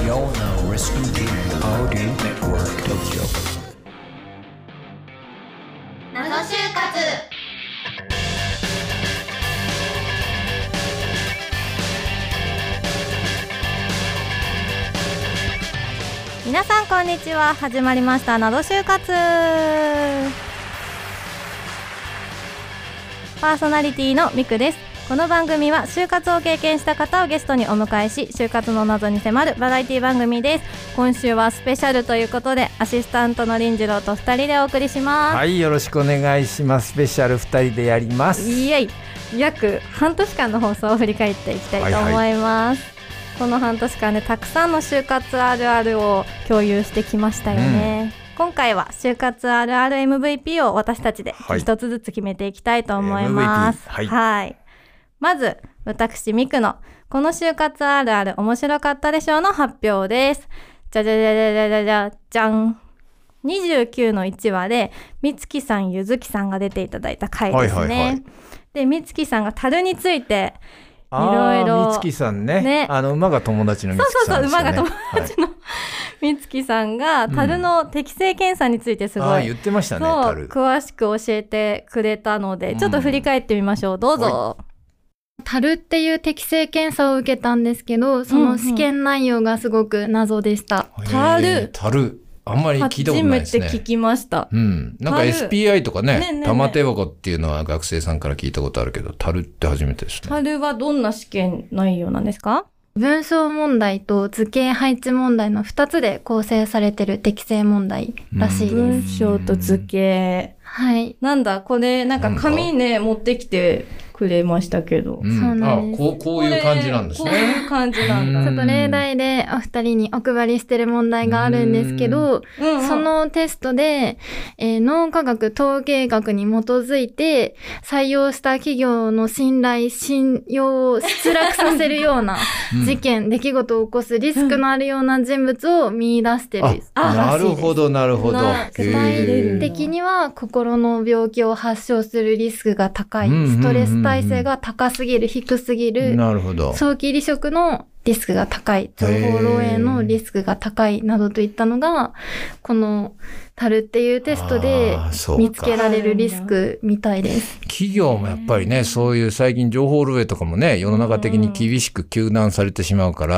Yo no Risking Audio Network Tokyo 謎就活。 皆さんこんにちは。始まりました謎就活。パーソナリティのみくです。この番組は就活を経験した方をゲストにお迎えし、就活の謎に迫るバラエティ番組です。今週はスペシャルということで、アシスタントの林次郎と2人でお送りします。 はい、よろしくお願いします。スペシャル2人でやります。 イエイ。約半年間の放送を振り返っていきたいと思います。この半年間でたくさんの就活あるあるを共有してきましたよね。今回は就活あるある MVP を私たちで一つずつ決めていきたいと思います。はい。まず私ミクのこの就活あるある面白かったでしょうの発表です。じゃじゃじゃじゃじゃじゃじゃじゃん。29の1話でみつきさんゆずきさんが出ていただいた回ですね。でみつきさんが樽についていろいろみつきさんね、馬が友達のみつきさんですよね。 馬が友達の、みつきさんが樽の適性検査についてすごい、 言ってましたね。 詳しく教えてくれたので、ちょっと振り返ってみましょう。どうぞ。 樽っていう適性検査を受けたんですけど、その試験内容がすごく謎でした。 樽あんまり聞いたことないですね。 初めて聞きました。 なんか SPI とかね、玉手箱っていうのは学生さんから聞いたことあるけど、樽って初めてですね。 樽はどんな試験内容なんですか？ 文章問題と図形配置問題の2つで構成されてる適正問題らしいです。 文章と図形。 はい。 なんだ、これなんか紙ね、持ってきてくれましたけど。 そうなんです。 こういう感じなんですね。 こういう感じなんだ。 ちょっと例題でお二人にお配りしてる問題があるんですけど、そのテストで、脳科学統計学に基づいて採用した企業の信用を失落させるような事件、出来事を起こすリスクのあるような人物を見出してるらしいです。 なるほど、なるほど。 具体的には心の病気を発症するリスクが高い、ストレス耐性が高すぎる、低すぎる、 なるほど。 早期離職のリスクが高い、情報漏洩のリスクが高いなどといったのが、この樽っていうテストで見つけられるリスクみたいです。 企業もやっぱりね、そういう最近情報漏洩とかもね、世の中的に厳しく糾弾されてしまうから、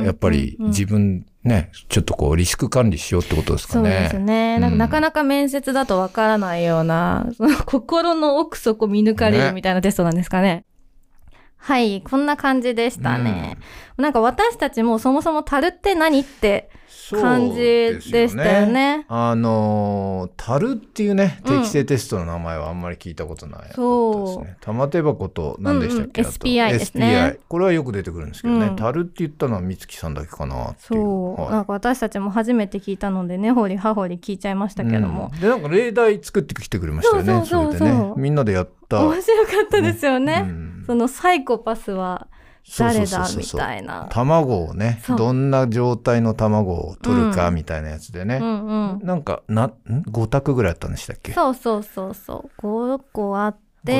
やっぱり自分ね、ちょっとこうリスク管理しようってことですかね。 そうですね。なかなか面接だとわからないような、その心の奥底見抜かれるみたいなテストなんですかね。はい、こんな感じでしたね。なんか私たちもそもそも樽って何って感じでしたよね。 樽っていうね、適性テストの名前はあんまり聞いたことないですね。玉手箱と何でしたっけ？ SPI ですね。 これはよく出てくるんですけどね。樽って言ったのはみつきさんだけかなっていう。 そう。なんか私たちも初めて聞いたのでね、ほりはほり聞いちゃいましたけども。 で、なんか例題作ってきてくれましたよね。それでね。みんなでやった。 面白かったですよね。そのサイコパスは誰だみたいな。 卵をね、どんな状態の卵を取るかみたいなやつでね。なんか、5択ぐらいあったんでしたっけ？ そう。5個あって、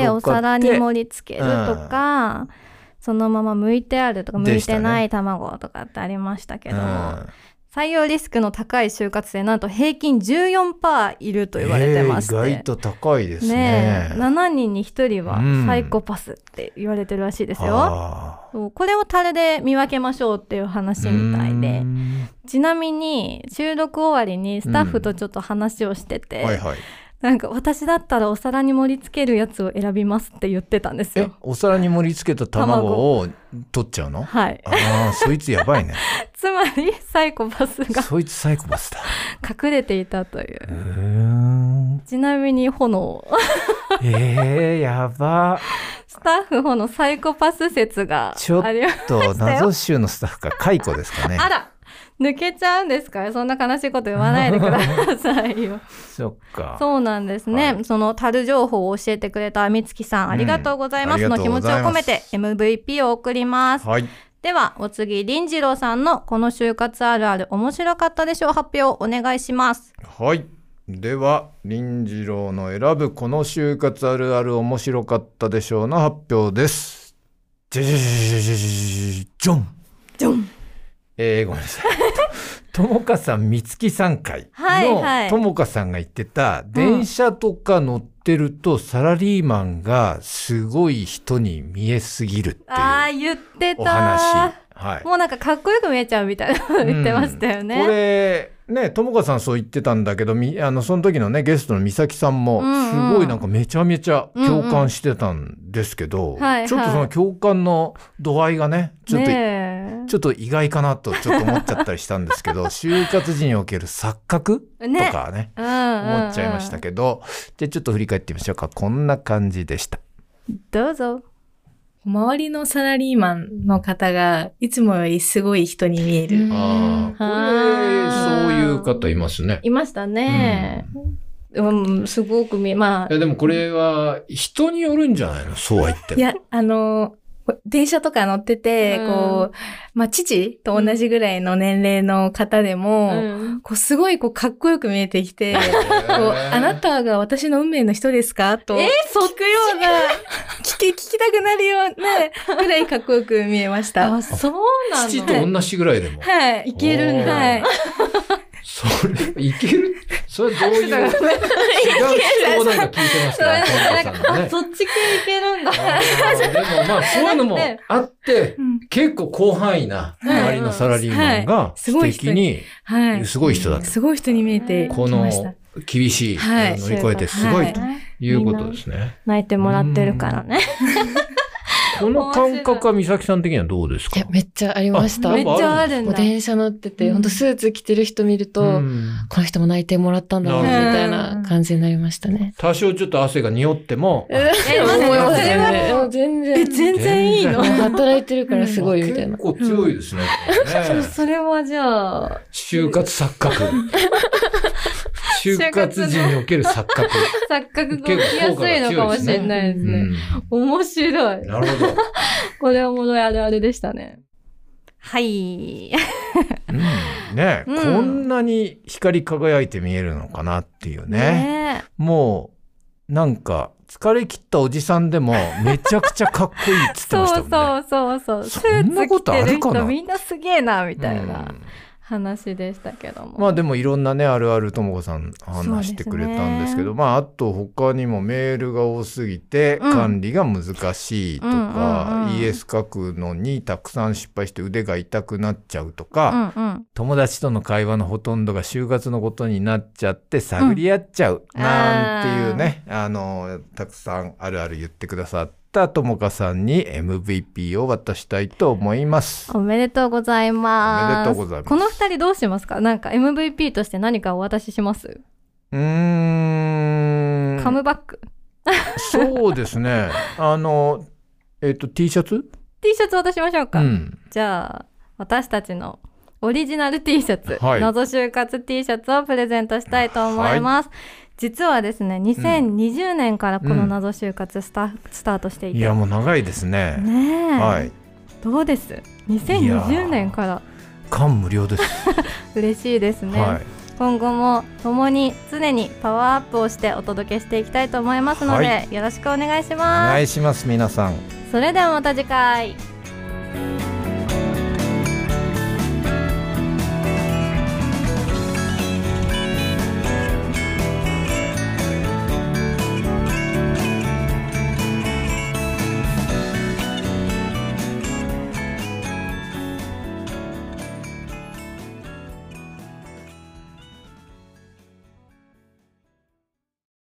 お皿に盛り付けるとか、そのまま剥いてあるとか、剥いてない卵とかってありましたけども。採用リスクの高い就活生、なんと平均 14% いると言われてまして。 意外と高いですね。 7人に1人はサイコパスって言われてるらしいですよ。これを樽で見分けましょうっていう話みたいで。ちなみに収録終わりにスタッフとちょっと話をしてて、なんか私だったらお皿に盛り付けるやつを選びますって言ってたんですよ。 お皿に盛り付けた卵を取っちゃうの？ はい。 そいつやばいね。 つまりサイコパスがそいつサイコパスだ。 隠れていたという。ちなみに炎。 やば。 スタッフ炎サイコパス説がありましたよ。 ちょっと謎集のスタッフが解雇ですかね。 あら。抜けちゃうんですか？そんな悲しいこと言わないでくださいよ。 そっか。 そうなんですね。その樽情報を教えてくれたみつきさん、ありがとうございます。の気持ちを込めて MVP を送ります。では、お次、林次郎さんのこの就活あるある面白かったでしょう発表お願いします。 はい。では、林次郎の選ぶこの就活あるある面白かったでしょうの発表です。じゃん。 ごめんなさい。 ともかさん三月3回のともかさんが言ってた、電車とか乗ってるとサラリーマンがすごい人に見えすぎるっていう言ってたお話。はい、 もうなんかかっこよく見えちゃうみたいな言ってましたよね。 これね、ともかさんそう言ってたんだけど、その時のねゲストの美咲さんもすごいなんかめちゃめちゃ共感してたんですけど、ちょっとその共感の度合いがねちょっと意外かなとちょっと思っちゃったりしたんですけど就活時における錯覚とかね思っちゃいましたけど、じゃあちょっと振り返ってみましょうか。こんな感じでした。 どうぞ。 周りのサラリーマンの方がいつもよりすごい人に見える。 これそういう方いますね。 いましたね。すごくでもこれは人によるんじゃないの？そうは言っても。 いや、電車とか乗ってて、父と同じぐらいの年齢の方でも、すごいかっこよく見えてきて、あなたが私の運命の人ですかと聞くような、聞きたくなるようなぐらいかっこよく見えました。 そうなの？ 父と同じぐらいでも。 はい。 いけるんだ。はい。 それ、いける？それどういう、違う人なんか聞いてますからそっち系いけるんだ。 でもそういうのもあって、結構広範囲な周りのサラリーマンが素敵に、すごい人だと。 すごい人に見えてきました。 この厳しい乗り越えてすごいということですね。 泣いてもらってるからね。 この感覚は美咲さん的にはどうですか？ いや、めっちゃありました。 めっちゃあるんだ。 電車乗ってて、本当スーツ着てる人見ると、この人も泣いてもらったんだな、みたいな感じになりましたね。 多少ちょっと汗が匂っても。 思いますね。全然いいの？働いてるからすごいみたいな。 結構強いですね。 それはじゃあ。 就活錯覚。就活時における錯覚。 錯覚が起きやすいのかもしれないですね。面白い。 なるほど。 これはおもろいあるあるでしたね。はい。 ね、こんなに光り輝いて見えるのかなっていうね。もう、なんか、疲れ切ったおじさんでもめちゃくちゃかっこいいっつってましたもんね。 そう。スーツ着てる人みんなすげえな、みたいな。話でしたけども。でもいろんなね、あるあるともこさん話してくれたんですけど、あと他にもメールが多すぎて管理が難しいとか、ES 書くのにたくさん失敗して腕が痛くなっちゃうとか、友達との会話のほとんどが就活のことになっちゃって探り合っちゃう、なんていうね、たくさんあるある言ってくださってともかさんに MVP を渡したいと思います。おめでとうございます。おめでとうございます。この2人どうしますか？なんか MVP として何かお渡しします？カムバックそうですね。T シャツ T シャツ渡しましょうか。じゃあ私たちのオリジナル T シャツ、謎就活 T シャツをプレゼントしたいと思います。実はですね、2020年からこの謎就活スタートしていて、いやもう長いですね。はい。どうです？ 2020 年から感無量です。嬉しいですね。今後も共に常にパワーアップをしてお届けしていきたいと思いますので、よろしくお願いします。お願いします皆さん。それではまた次回。